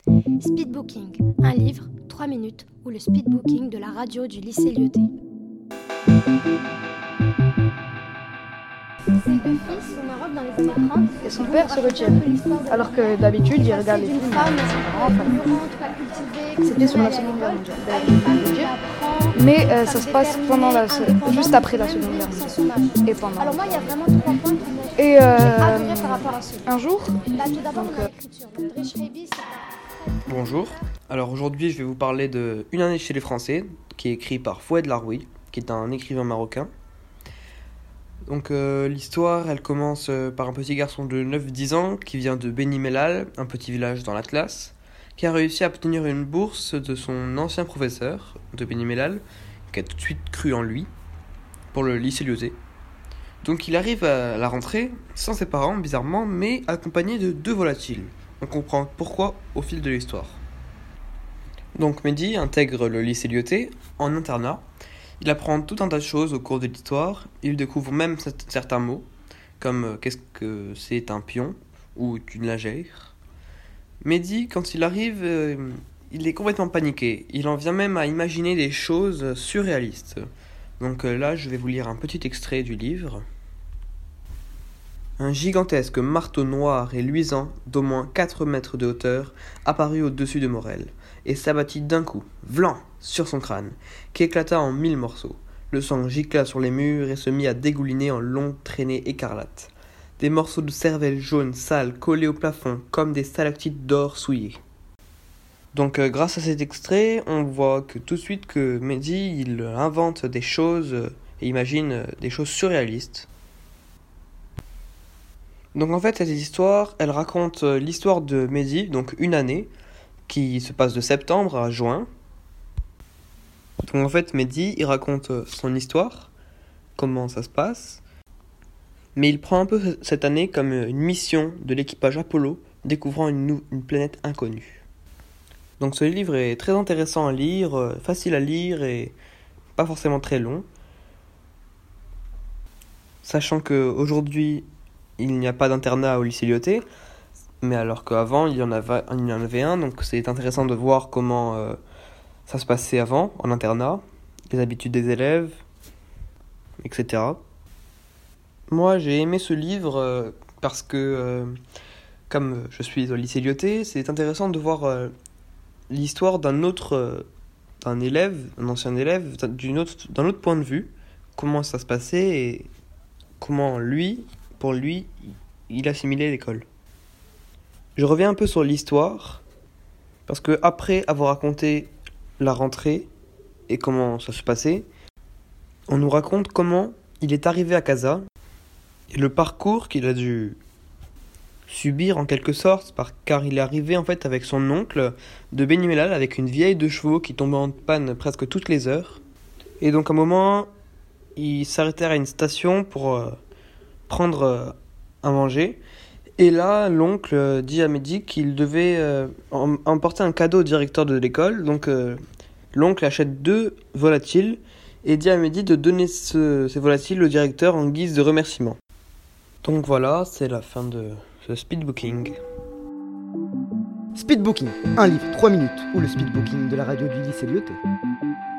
Speedbooking, un livre, 3 minutes, ou le speedbooking de la radio du lycée Lyoté. Ces deux fils au Maroc dans les années 30. Et son père se retire. Alors que d'habitude, il regarde les films. C'était sur la Seconde Guerre mondiale. Mais ça se passe juste après la Seconde Guerre mondiale. Et pendant. Alors moi, il y a vraiment 3 points qui m'ont Et adoré par rapport à ceux. un jour, Là, tout d'abord, dans l'écriture. Driss Rebi, c'est Bonjour, alors aujourd'hui je vais vous parler de Une année chez les Français, qui est écrit par Fouad Laroui, qui est un écrivain marocain. Donc l'histoire, elle commence par un petit garçon de 9-10 ans qui vient de Beni Mellal, un petit village dans l'Atlas, qui a réussi à obtenir une bourse de son ancien professeur de Beni Mellal, qui a tout de suite cru en lui, pour le lycée Lyoté. Donc il arrive à la rentrée, sans ses parents bizarrement, mais accompagné de 2 volatiles. On comprend pourquoi au fil de l'histoire. Donc Mehdi intègre le lycée Lyoté en internat. Il apprend tout un tas de choses au cours de l'histoire. Il découvre même certains mots, comme qu'est-ce que c'est un pion ou une lingère. Mehdi, quand il arrive, il est complètement paniqué. Il en vient même à imaginer des choses surréalistes. Donc là, je vais vous lire un petit extrait du livre. Un gigantesque marteau noir et luisant d'au moins 4 mètres de hauteur apparut au-dessus de Morel et s'abattit d'un coup, vlan, sur son crâne, qui éclata en 1000 morceaux. Le sang gicla sur les murs et se mit à dégouliner en longues traînées écarlates. Des morceaux de cervelle jaune sale collés au plafond comme des stalactites d'or souillées. Donc grâce à cet extrait, on voit que tout de suite que Mehdi, il invente des choses et imagine des choses surréalistes. Donc en fait, cette histoire, elle raconte l'histoire de Mehdi, donc une année, qui se passe de septembre à juin. Donc en fait, Mehdi, il raconte son histoire, comment ça se passe, mais il prend un peu cette année comme une mission de l'équipage Apollo, découvrant une planète inconnue. Donc ce livre est très intéressant à lire, facile à lire et pas forcément très long. Sachant qu'aujourd'hui, il n'y a pas d'internat au lycée Lyoté, mais alors qu'avant, il y en avait un, donc c'est intéressant de voir comment ça se passait avant, en internat, les habitudes des élèves, etc. Moi, j'ai aimé ce livre parce que, comme je suis au lycée Lyoté, c'est intéressant de voir l'histoire d'un élève, un ancien élève, d'un autre point de vue, comment ça se passait et comment pour lui, il assimilait l'école. Je reviens un peu sur l'histoire, parce que après avoir raconté la rentrée et comment ça se passait, on nous raconte comment il est arrivé à Casa et le parcours qu'il a dû subir en quelque sorte, car il est arrivé en fait avec son oncle de Beni Mellal avec une vieille 2 chevaux qui tombait en panne presque toutes les heures. Et donc à un moment, il s'arrêtait à une station pour prendre à manger. Et là, l'oncle dit à Mehdi qu'il devait emporter un cadeau au directeur de l'école. Donc l'oncle achète 2 volatiles et dit à Mehdi de donner ces volatiles au directeur en guise de remerciement. Donc voilà, c'est la fin de ce speedbooking. Speedbooking, un livre, 3 minutes, ou le speedbooking de la radio du lycée Lyoté.